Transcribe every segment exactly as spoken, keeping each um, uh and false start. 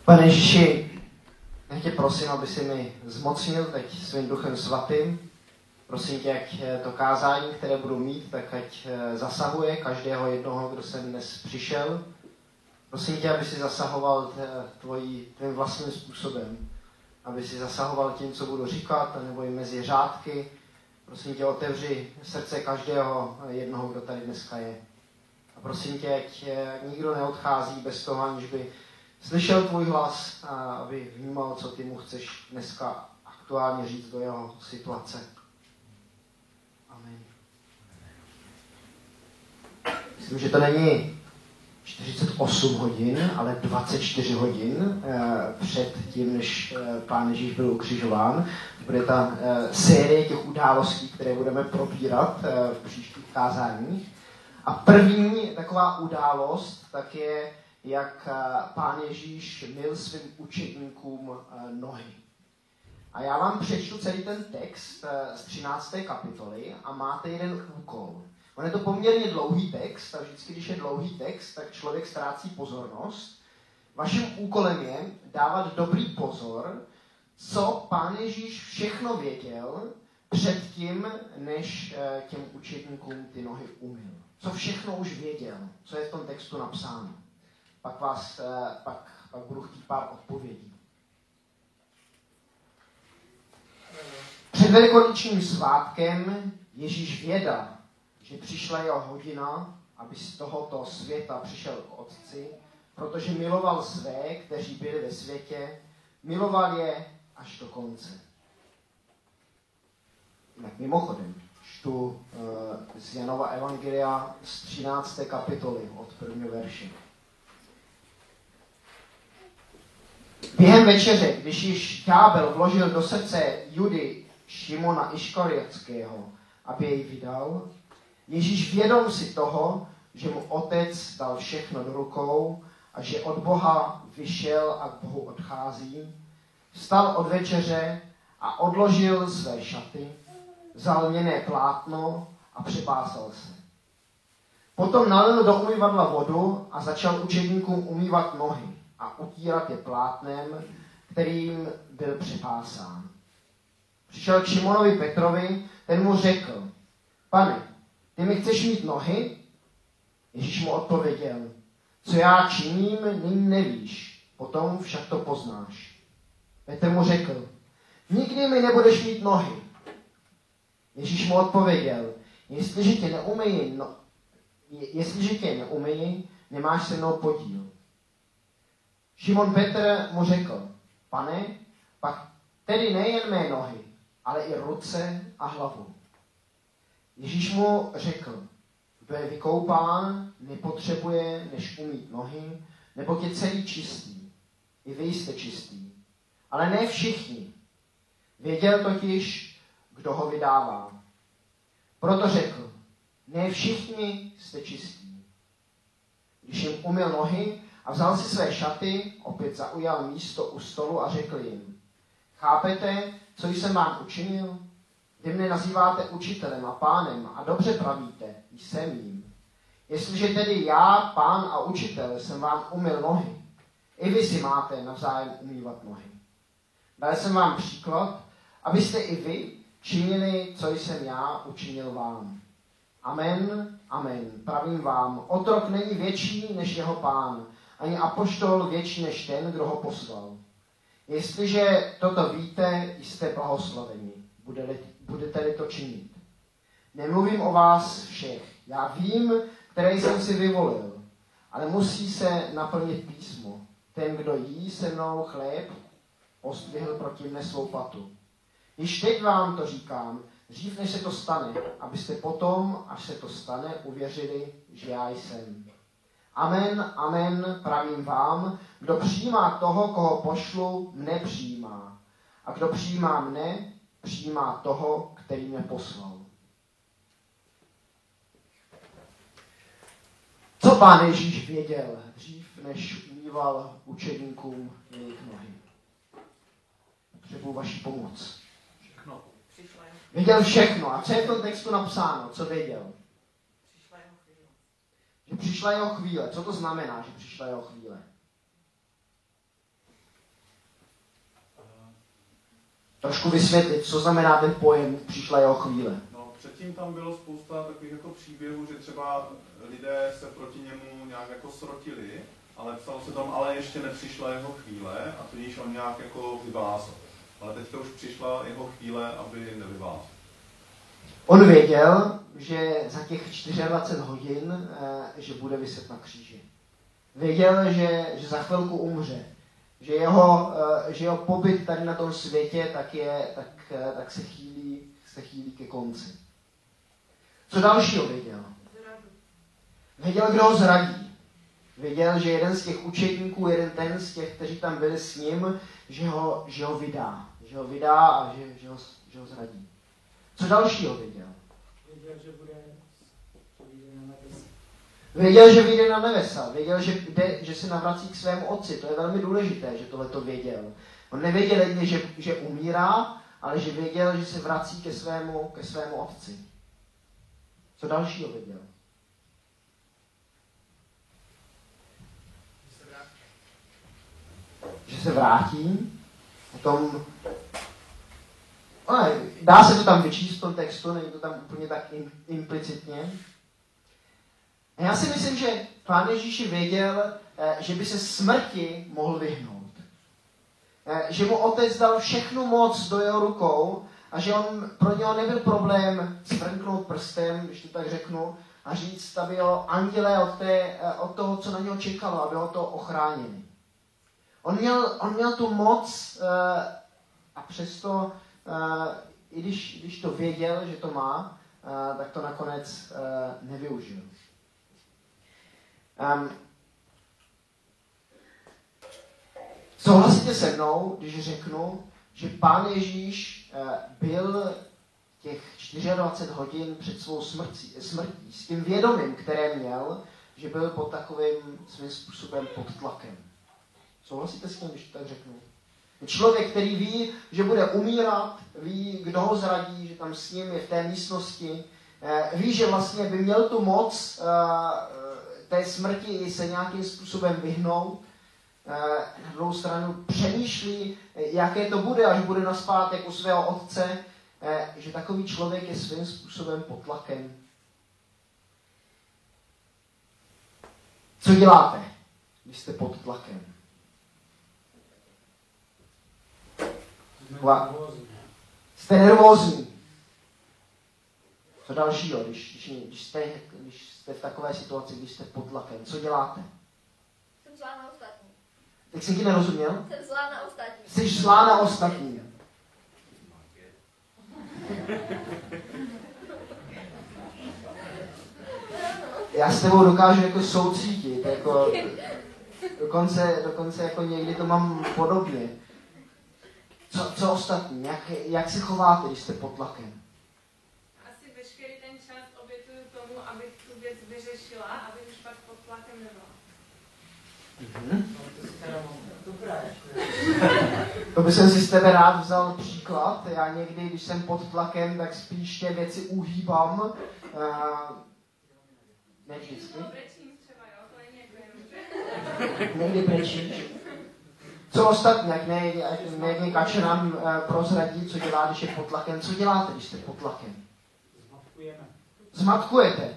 Pane Ježíši, já tě prosím, aby si mi zmocnil teď svým duchem svatým. Prosím tě, ať to kázání, které budu mít, tak ať zasahuje každého jednoho, kdo sem dnes přišel. Prosím tě, aby si zasahoval tvojí, tvým vlastním způsobem. Aby si zasahoval tím, co budu říkat, nebo i mezi řádky. Prosím tě, otevři srdce každého jednoho, kdo tady dneska je. A prosím tě, ať nikdo neodchází bez toho, aniž by slyšel tvůj hlas, a aby vnímal, co ty mu chceš dneska aktuálně říct do jeho situace. Amen. Myslím, že to není čtyřicet osm hodin, ale dvacet čtyři hodin eh, před tím, než eh, Pán Ježíš byl ukřižován. Bude ta eh, série těch událostí, které budeme probírat eh, v příštích kázáních. A první taková událost tak je, jak Pán Ježíš myl svým učedníkům nohy. A já vám přečtu celý ten text z třinácté kapitoly a máte jeden úkol. On je to poměrně dlouhý text a vždycky, když je dlouhý text, tak člověk ztrácí pozornost. Vaším úkolem je dávat dobrý pozor, co Pán Ježíš všechno věděl předtím, než těm učedníkům ty nohy umyl. Co všechno už věděl, co je v tom textu napsáno. Pak, vás, pak, pak budu chtít pár odpovědí. Před velikonočním svátkem Ježíš věděl, že přišla jeho hodina, aby z tohoto světa přišel k Otci, protože miloval své, kteří byli ve světě, miloval je až do konce. Jinak mimochodem, čtu uh, z Janova evangelia z třinácté kapitoly od prvního verše. Během večeře, když již ďábel vložil do srdce Judy Šimona Iškariotského, aby jej vydal, Ježíš vědom si toho, že mu Otec dal všechno do rukou a že od Boha vyšel a k Bohu odchází, vstal od večeře a odložil své šaty, vzal lněné plátno a přepásal se. Potom nalil do umyvadla vodu a začal učedníkům umývat nohy a utírat je plátnem, kterým byl přepásán. Přišel k Šimonovi Petrovi, ten mu řekl: Pane, ty mi chceš mít nohy? Ježíš mu odpověděl: Co já činím, nyní nevíš, potom však to poznáš. Petr mu řekl: Nikdy mi nebudeš mít nohy. Ježíš mu odpověděl: Jestliže tě neumyji, no, jestliže tě neumyji, nemáš se mnou podíl. Šimon Petr mu řekl: Pane, pak tedy nejen mé nohy, ale i ruce a hlavu. Ježíš mu řekl: Kdo je vykoupán, nepotřebuje než umýt nohy, neboť je celý čistý. I vy jste čistý. Ale ne všichni. Věděl totiž, kdo ho vydává. Proto řekl: Ne všichni jste čistí. Když jim umyl nohy a vzal si své šaty, opět zaujal místo u stolu a řekl jim: Chápete, co jsem vám učinil? Vy mne nazýváte učitelem a pánem a dobře pravíte, jsem jím. Jestliže tedy já, pán a učitel, jsem vám umyl nohy, i vy si máte navzájem umývat nohy. Dal jsem vám příklad, abyste i vy činili, co jsem já učinil vám. Amen, amen, pravím vám, otrok není větší než jeho pán, ani apoštol větší než ten, kdo ho poslal. Jestliže toto víte, jste blahoslaveni, budete-li to činit. Nemluvím o vás všech, já vím, které jsem si vyvolil, ale musí se naplnit písmo. Ten, kdo jí se mnou chléb, pozdvihl proti mne svou platu. Již teď vám to říkám, dřív než se to stane, abyste potom, až se to stane, uvěřili, že já jsem. Amen, amen, pravím vám, kdo přijímá toho, koho pošlu, mne přijímá. A kdo přijímá mne, přijímá toho, který mě poslal. Co Pán Ježíš věděl dřív, než umýval učedníkům jejich nohy? Potřebuji vaši pomoc. Všechno. Věděl všechno. A co je v tom textu napsáno? Co věděl? Že přišla jeho chvíle. Co to znamená, že přišla jeho chvíle? trošku vysvětlit, co znamená ten pojem přišla jeho chvíle. No, předtím tam bylo spousta takových jako příběhů, že třeba lidé se proti němu nějak jako srotili, ale psalo se tam, ale ještě nepřišla jeho chvíle a tudíž on nějak jako vyvázl. Ale teďka už přišla jeho chvíle, aby nevyvázl. On věděl, že za těch dvacet čtyři hodin, že bude viset na kříži. Věděl, že, že za chvilku umře. Že jeho, že jeho pobyt tady na tom světě tak, je, tak, tak se, chýlí, se chýlí ke konci. Co dalšího věděl? Věděl, kdo ho zradí. Věděl, že jeden z těch učedníků, jeden ten z těch, kteří tam byli s ním, že ho, že ho vydá. Že ho vydá a že, že, ho, že ho zradí. Co dalšího věděl? Věděl, že bude vyjde na nebesa. Věděl, že vyjde na nebesa. Věděl, že, jde, že se navrací k svému otci. To je velmi důležité, že tohle to věděl. On nevěděl jen, že, že umírá, ale že věděl, že se vrací ke svému, ke svému otci. Co dalšího věděl? Že se vrátí. O tom, no, dá se to tam vyčíst v tom textu, není to tam úplně tak implicitně. A já si myslím, že Pán Ježíš věděl, že by se smrti mohl vyhnout. Že mu otec dal všechnu moc do jeho rukou a že on, pro něho nebyl problém svrknout prstem, když to tak řeknu, a říct, aby ho andělé od, té, od toho, co na něho čekalo, aby ho to ochránili. On měl, on měl tu moc a přesto, i když, když to věděl, že to má, tak to nakonec nevyužil. Um, souhlasíte se mnou, když řeknu, že Pán Ježíš uh, byl těch dvacet čtyři hodin před svou smrtí, smrtí s tím vědomím, které měl, že byl pod takovým svým způsobem pod tlakem. Souhlasíte s tím, když to tak řeknu? Člověk, který ví, že bude umírat, ví, kdo ho zradí, že tam s ním je v té místnosti, uh, ví, že vlastně by měl tu moc uh, té smrti se nějakým způsobem vyhnout. Na druhou stranu přemýšlí, jaké to bude, až bude naspátek u svého otce, že takový člověk je svým způsobem pod tlakem. Co děláte, když jste pod tlakem? Jste nervózní. Co dalšího, když, když, když, jste, když jste v takové situaci, když jste pod tlakem? Co děláte? Jsem zlá na ostatní. Tak jsem ti nerozuměl? Jsem zlá na ostatní. Jsi zlá na ostatní. Já s tebou dokážu jako soucítit, jako dokonce, dokonce jako někdy to mám podobně. Co, co ostatní? Jak, jak se chováte, když jste pod tlakem? Asi veškerý ten čas obětuju tomu, abych tu věc vyřešila, aby už pak pod tlakem nebyla. Mm-hmm. To by jsem si z tebe rád vzal příklad. Já někdy, když jsem pod tlakem, tak spíš té věci uhýbám. Uh, ne vždycky. Někdy brečíš. Co ostatní, jak někdy Kače nám uh, prozradí, co dělá, když je pod tlakem. Co děláte, když jste pod tlakem? Zmatkujeme. Zmatkujete.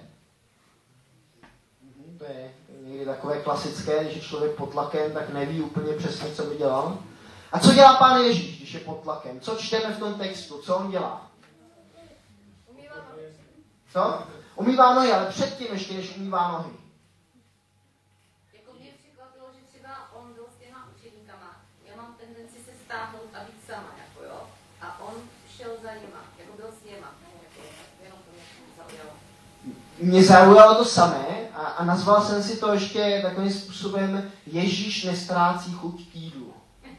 To je někdy takové klasické, když je člověk pod tlakem, tak neví úplně přesně, co by dělal. A co dělá Pán Ježíš, když je pod tlakem? Co čteme v tom textu? Co on dělá? Umývá nohy. Co? Umývá nohy, ale předtím ještě, než umývá nohy. Jako mě překvapilo, že třeba on byl s těma učeníkama. Já mám tendenci se stáhnout a být sama, jako jo. A on šel za nima, jako byl s něma. Jako, jenom to mě zaujalo. Mě zaujalo to samé a, a nazval jsem si to ještě takovým způsobem Ježíš nestrácí chuť k jídlu.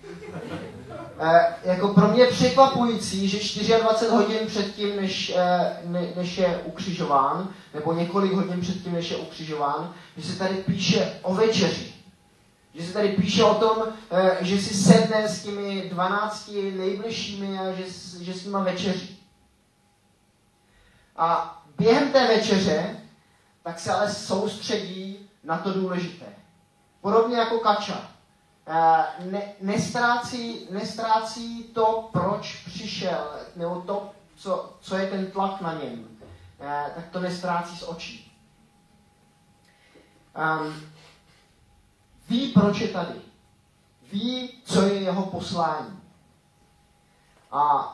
E, jako pro mě překvapující, že dvacet čtyři hodin předtím, než, e, ne, než je ukřižován, nebo několik hodin předtím, než je ukřižován, že se tady píše o večeři. Že se tady píše o tom, e, že si sedne s těmi dvanácti nejbližšími a že, že s nima večeří. A během té večeře tak se ale soustředí na to důležité. Podobně jako Kača. ne, nestrácí, nestrácí to, proč přišel, nebo to, co, co je ten tlak na něm, tak to nestrácí z očí. Um, ví, proč je tady. Ví, co je jeho poslání. A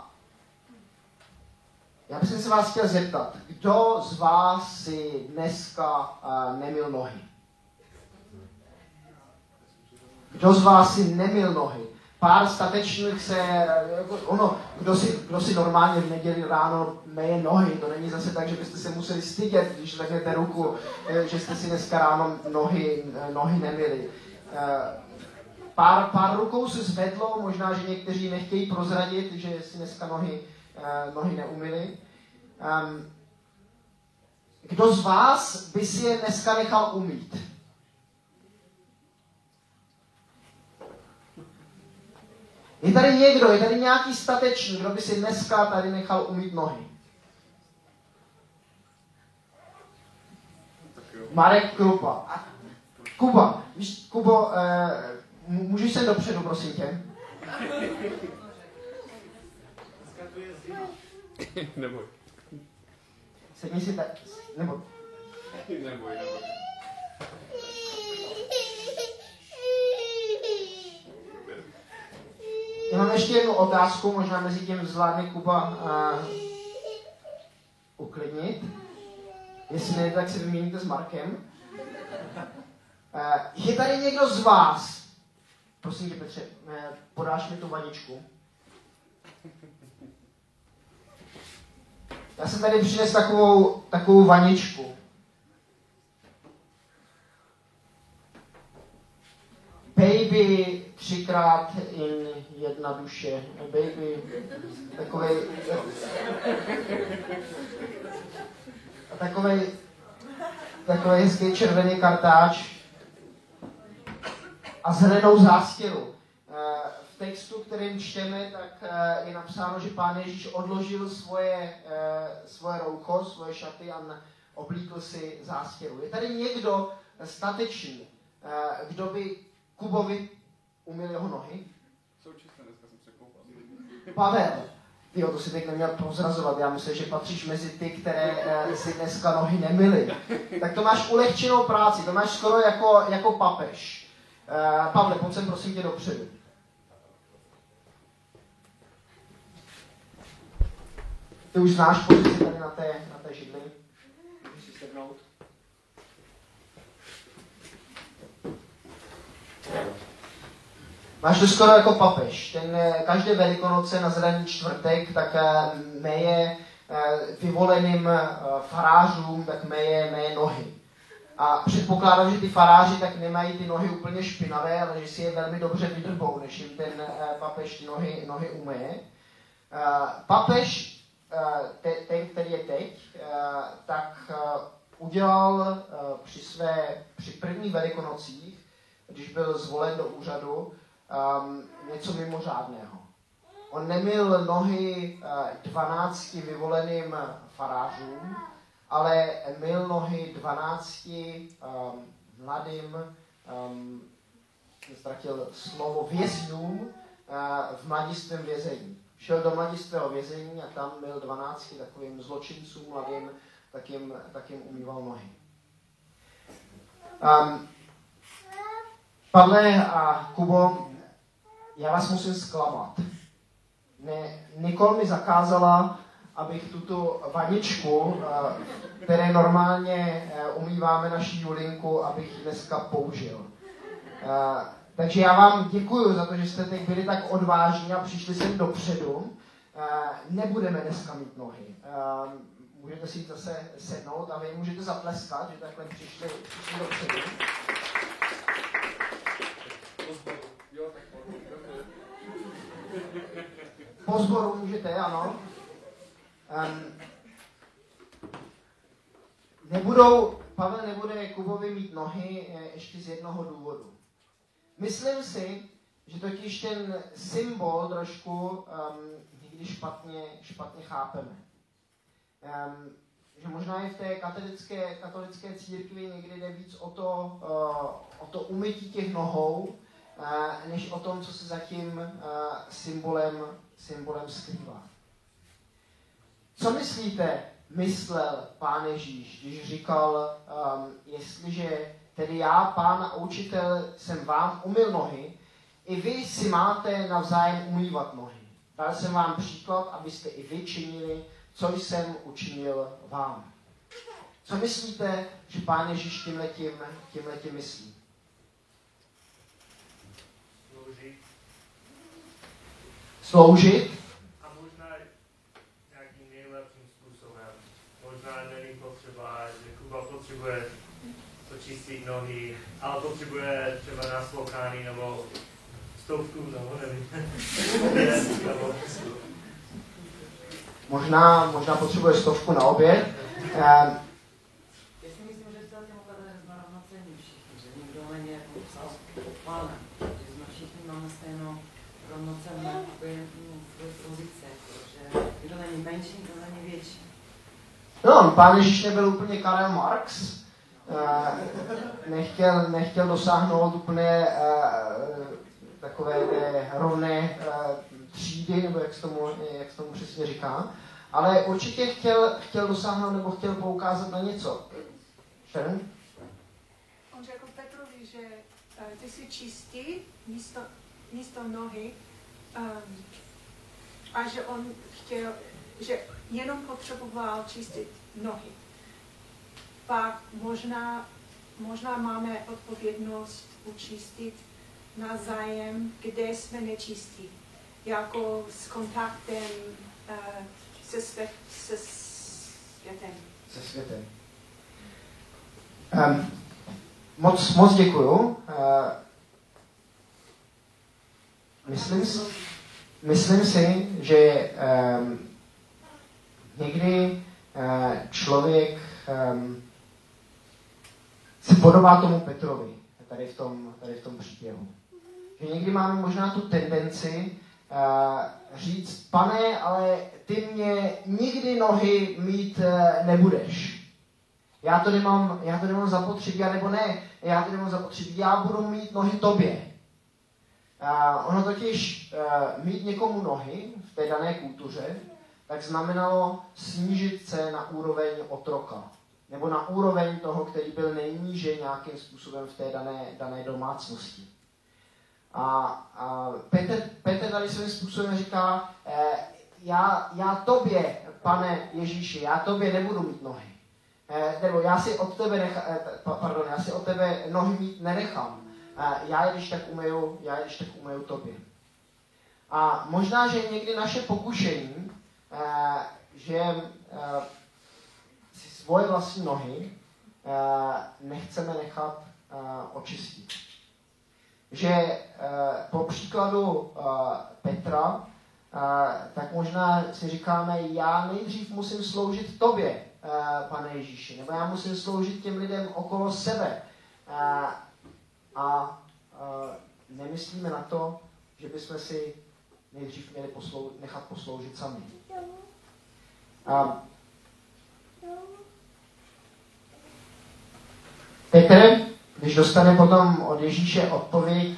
já bych se vás chtěl zeptat, kdo z vás si dneska uh, nemyl nohy? Kdo z vás si nemyl nohy? Pár statečných se, jako ono, kdo si, kdo si normálně v neděli ráno meje nohy, to není zase tak, že byste se museli stydět, když zvednete ruku, že jste si dneska ráno nohy, nohy nemyli. Pár, pár rukou se zvedlo, možná, že někteří nechtějí prozradit, že si dneska nohy, nohy neumyli. Kdo z vás by si je dneska nechal umýt? Je tady někdo, je tady nějaký statečný, kdo by si dneska tady nechal umýt nohy? Marek Krupa. A Kuba, víš, Kubo, eh, můžeš sem dopředu, prosím tě? Neboj. Sedni si tak, nebo... Neboj, neboj. Já mám ještě jednu otázku, možná mezi tím zvládne Kuba uh, uklidnit. Jestli ne, tak si vyměníte s Markem. Uh, je tady někdo z vás? Prosím tě, Petře, uh, podáš mi tu vaničku. Já jsem tady přinesl takovou, takovou vaničku. Baby třikrát in jedna duše. Baby, takovej, takovej, takovej hezký červený kartáč a zelenou zástěru. V textu, kterým čteme, tak je napsáno, že Pán Ježíš odložil svoje, svoje roucho, svoje šaty a oblíkl si zástěru. Je tady někdo statečný, kdo by Kubovi umyl jeho nohy? Jsou čisté, dneska jsem se koupal. Pavel, tyjo, to si teď neměl prozrazovat, já myslím, že patříš mezi ty, které eh, si dneska nohy nemyly. Tak to máš ulehčenou práci, to máš skoro jako, jako papež. Eh, Pavle, pojď sem prosím tě dopředu. Ty už znáš pozici tady na té, na té židli. Můžeš si sednout. Máš to skoro jako papež. Ten každé Velikonoce na Zelený čtvrtek tak meje vyvoleným farářům, tak meje, meje nohy. A předpokládám, že ty faráři tak nemají ty nohy úplně špinavé, ale že si je velmi dobře vydrbou, než jim ten papež ty nohy, nohy umeje. Papež, ten, který je teď, tak udělal při, své, při prvních Velikonocích, když byl zvolen do úřadu, Um, něco mimořádného. On nemyl nohy uh, dvanácti vyvoleným farářům, ale myl nohy dvanácti um, mladým, um, ztratil slovo, vězňům uh, v mladistvém vězení. Šel do mladistvého vězení a tam myl dvanácti takovým zločincům mladým, tak jim, tak jim umýval nohy. Um, Pavle a Kubo, já vás musím zklamat. Ne, Nikol mi zakázala, abych tuto vaničku, které normálně umýváme naši Julinku, abych ji dneska použil. Takže já vám děkuji za to, že jste teď byli tak odvážní a přišli sem dopředu. Nebudeme dneska mít nohy. Můžete si zase sednout a vy můžete zatleskat, že takhle přišli, přišli dopředu. Po sboru můžete, ano. Um, nebudou, Pavel nebude Kubovi mít nohy ještě z jednoho důvodu. Myslím si, že totiž ten symbol trošku um, někdy špatně, špatně chápeme. Um, že možná i v té katolické, katolické církvi někdy jde víc o to, uh, o to umytí těch nohou, než o tom, co se za tím symbolem, symbolem skrývá. Co myslíte, myslel Pán Ježíš, když říkal, um, jestliže tedy já, Pán a učitel, jsem vám umyl nohy, i vy si máte navzájem umývat nohy. Dal jsem vám příklad, abyste i vy činili, co jsem učinil vám. Co myslíte, že Pán Ježíš tímhletím, tímhletím myslí? Sloužit. Sloužit. A možná nějakým nejlepším způsobem. Možná není potřeba, že Kuba potřebuje počistit nohy, ale potřebuje třeba naslouchání nebo stovku, nebo nevím. Možná, možná potřebuje stovku na oběd. Um, Já si myslím, že celkem opravdu jsme rovnocení všichni, že nikdo není jako psal pánem, že jsme všichni máme stejnou rovnocenné pozice, že nikdo není menší, nikdo není větší. No, Pán Ježíš nebyl úplně Karel Marx, uh, nechtěl, nechtěl dosáhnout úplně uh, takové té rovné uh, třídy, nebo jak se tomu, jak se tomu přesně říká, ale určitě chtěl, chtěl dosáhnout nebo chtěl poukázat na něco. Sharon? On řekl Petrovi, že uh, ty jsi čistý místo, místo nohy um, a že on chtěl, že jenom potřeboval čistit nohy. Pak možná, možná máme odpovědnost učistit navzájem, kde jsme nečistí. Jako s kontaktem uh, se, svět, se světem. Se světem. Um, moc, moc děkuju. Uh, myslím, si, myslím si, že um, někdy uh, člověk um, se podobá tomu Petrovi tady v tom, tady v tom příběhu. Že někdy máme možná tu tendenci uh, říct, pane, ale ty mě nikdy nohy mít uh, nebudeš. Já to nemám, já to nemám zapotřebí, nebo ne, já to nemám zapotřebí, já budu mít nohy tobě. Uh, ono totiž uh, mít někomu nohy v té dané kultuře, tak znamenalo snížit se na úroveň otroka. Nebo na úroveň toho, který byl nejníže nějakým způsobem v té dané, dané domácnosti. A, a Petr, Petr tady svým způsobem říká, eh, já, já tobě, pane Ježíši, já tobě nebudu mít nohy. Eh, nebo já si od tebe, necha, eh, pardon, já si od tebe nohy mít nenechám. Eh, já je když tak umeju, já je když tak umeju tobě. A možná, že někdy naše pokušení, eh, že eh, si svoje vlastní nohy eh, nechceme nechat eh, očistit. Že eh, po příkladu eh, Petra, eh, tak možná si říkáme, já nejdřív musím sloužit tobě, eh, pane Ježíši, nebo já musím sloužit těm lidem okolo sebe. Eh, a eh, nemyslíme na to, že bychom si nejdřív měli poslou- nechat posloužit sami. A Petr, když dostane potom od Ježíše odpověď,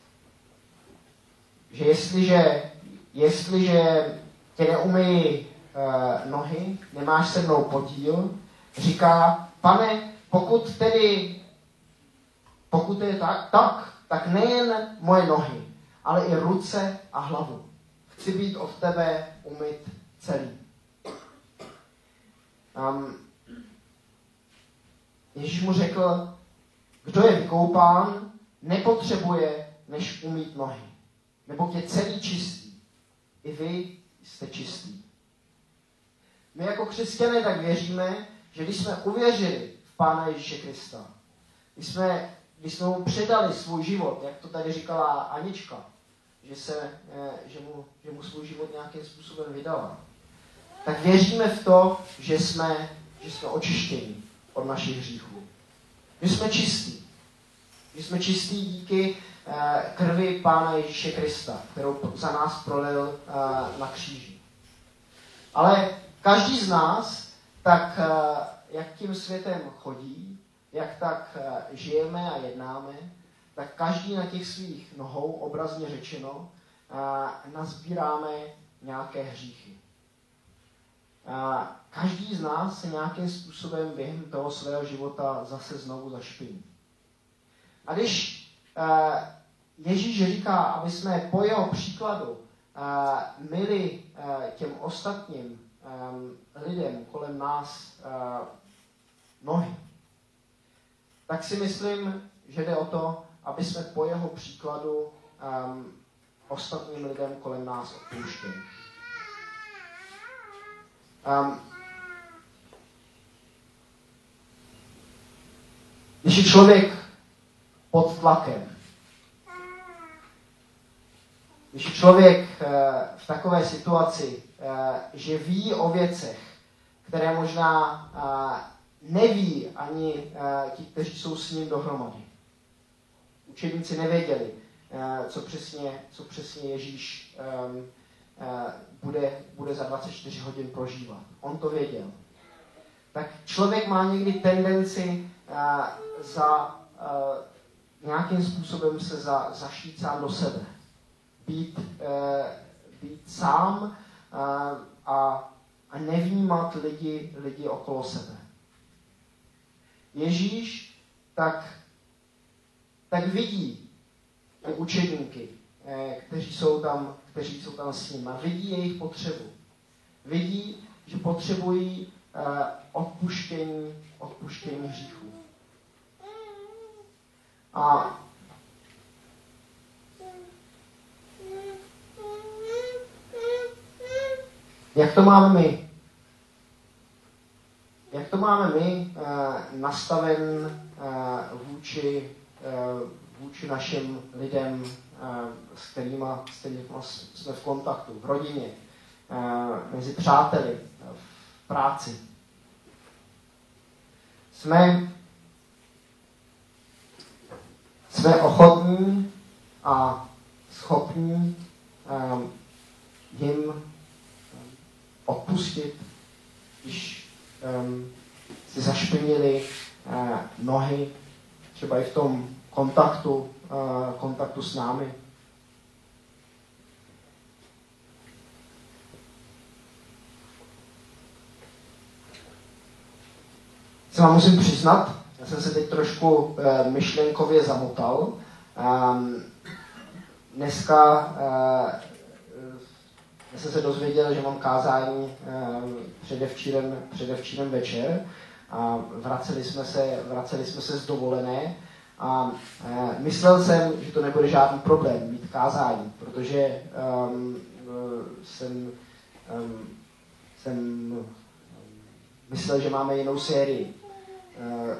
že jestliže, jestliže tě neumyjí uh, nohy, nemáš se mnou podíl, říká, pane, pokud tedy, pokud je tak, tak, tak nejen moje nohy, ale i ruce a hlavu. Chci být od tebe umyt celý. Um, Ježíš mu řekl, kdo je vykoupán, nepotřebuje, než umýt nohy. Neboť je celý čistý. I vy jste čistý. My jako křesťané tak věříme, že když jsme uvěřili v Pána Ježíše Krista, když jsme, když jsme mu předali svůj život, jak to tady říkala Anička, že, se, že, mu, že mu svůj život nějakým způsobem vydala, tak věříme v to, že jsme, že jsme očištěni od našich hříchů. Že jsme čistí. Že jsme čistí díky eh, krvi Pána Ježíše Krista, kterou za nás prolil eh, na kříži. Ale každý z nás, tak eh, jak tím světem chodí, jak tak eh, žijeme a jednáme, tak každý na těch svých nohou, obrazně řečeno, nazbíráme nějaké hříchy. Každý z nás se nějakým způsobem během toho svého života zase znovu zašpiní. A když Ježíš říká, aby jsme po jeho příkladu myli těm ostatním lidem kolem nás nohy, tak si myslím, že jde o to, aby jsme po jeho příkladu ostatním lidem kolem nás odpouštěli. Um, když je člověk pod tlakem, když je člověk uh, v takové situaci, uh, že ví o věcech, které možná uh, neví ani uh, ti, kteří jsou s ním dohromady. Učedníci nevěděli, uh, co přesně, co přesně Ježíš um, uh, bude, bude za dvacet čtyři hodin prožívat. On to věděl. Tak člověk má někdy tendenci uh, za uh, nějakým způsobem se za, zašít sám do sebe. Být, uh, být sám uh, a, a nevnímat lidi, lidi okolo sebe. Ježíš tak, tak vidí ty učedníky, kteří jsou tam, kteří jsou tam s ním, a vidí jejich potřebu. Vidí, že potřebují uh, odpuštění, odpuštění hříchů. A jak to máme my? Jak to máme my uh, nastaven uh, vůči, uh, vůči našim lidem, s kterými, s kterými jsme v kontaktu, v rodině, mezi přáteli, v práci. Jsme, jsme ochotní a schopní jim odpustit, když si zašpinili nohy, třeba i v tom kontaktu, kontaktu s námi. Se vám musím přiznat, já jsem se teď trošku uh, myšlenkově zamotal. Um, dneska uh, já jsem se dozvěděl, že mám kázání uh, předevčírem, předevčírem večer a vraceli jsme se, vraceli jsme se z dovolené. A e, myslel jsem, že to nebude žádný problém mít kázání, protože um, jsem, um, jsem myslel, že máme jinou sérii. E,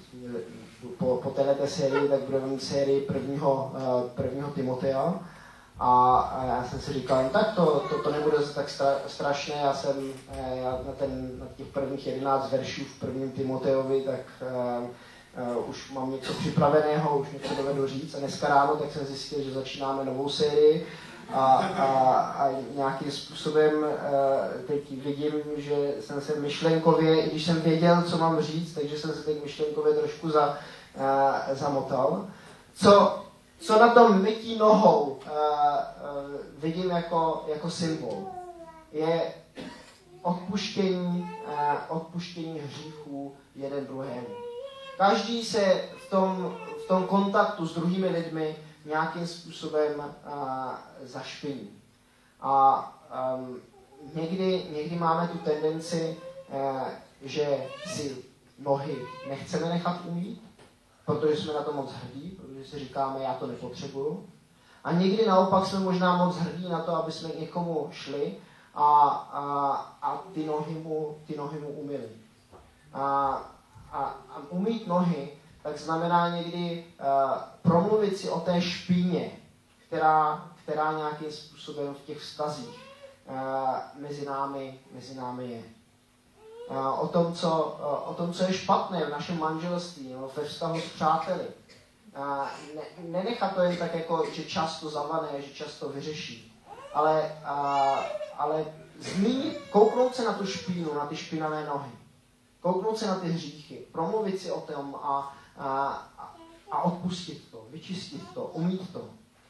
po, po této sérii tak budeme mít sérii prvního, uh, prvního Timotea a, a já jsem si říkal, no tak to, to, to nebude tak stra, strašné, já jsem já na, ten, na těch prvních jedenáct veršů v prvním Timoteovi, tak uh, Uh, už mám něco připraveného, už něco dovedu říct a dneska ráno tak jsem zjistil, že začínáme novou sérii a, a, a nějakým způsobem uh, teď vidím, že jsem se myšlenkově, i když jsem věděl, co mám říct, takže jsem se teď myšlenkově trošku za, uh, zamotal. Co, co na tom mytí nohou uh, uh, vidím jako, jako symbol, je odpuštění, uh, odpuštění hříchů jeden druhému. Každý se v tom, v tom kontaktu s druhými lidmi nějakým způsobem uh, zašpiní. A um, někdy, někdy máme tu tendenci, uh, že si nohy nechceme nechat umýt, protože jsme na to moc hrdí, protože si říkáme, já to nepotřebuju. A někdy naopak jsme možná moc hrdí na to, aby jsme k někomu šli a, a, a ty nohy mu, ty nohy mu umyli. A, A, a umýt nohy, tak znamená někdy uh, promluvit si o té špíně, která, která nějakým způsobem v těch vztazích uh, mezi námi, mezi námi je. Uh, o, tom, co, uh, o tom, co je špatné v našem manželství, nebo ve vztahu s přáteli. Uh, ne, nenechat to jen tak, jako, že často zavane, že často vyřeší. Ale, uh, ale zmínit, kouknout se na tu špínu, na ty špinavé nohy. Kouknout se na ty hříchy, promluvit si o tom a, a, a odpustit to. vyčistit to, umít to.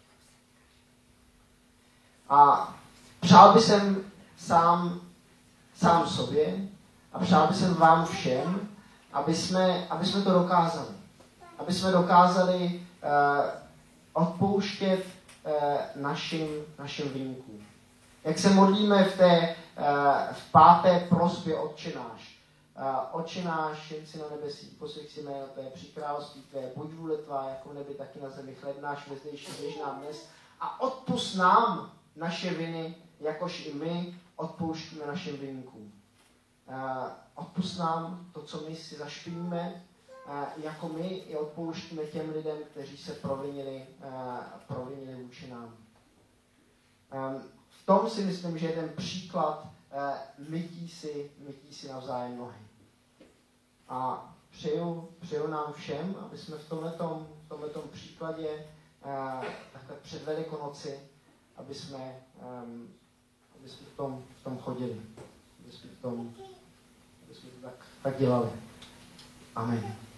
A přál bych jsem sám, sám sobě a přál bych jsem vám všem, aby jsme, aby jsme to dokázali. Aby jsme dokázali uh, odpouštět uh, našim, našim viníkům. Jak se modlíme v té uh, v páté prosbě Otče náš. Uh, Otče náš, jen si na nebesích, posvěť si jméno tvé, přijď království tvé, buď vůle tvá, jako v nebi, tak i na zemi. Chléb náš vezdejší, běž nám dnes a odpusť nám naše viny, jakož i my odpouštíme našim viníkům. Uh, odpusť nám to, co my si zašpiníme, uh, jako my i odpouštíme těm lidem, kteří se provinili, uh, provinili vůči nám. Um, v tom si myslím, že je ten příklad uh, mytí si, mytí si navzájem nohy. A přeju, přeju nám všem, aby jsme v tomhletom, v tomhletom příkladě uh, takhle před Velikonoci, aby jsme, um, aby jsme v tom, v tom chodili. Aby jsme, v tom, aby jsme to tak, tak dělali. Amen.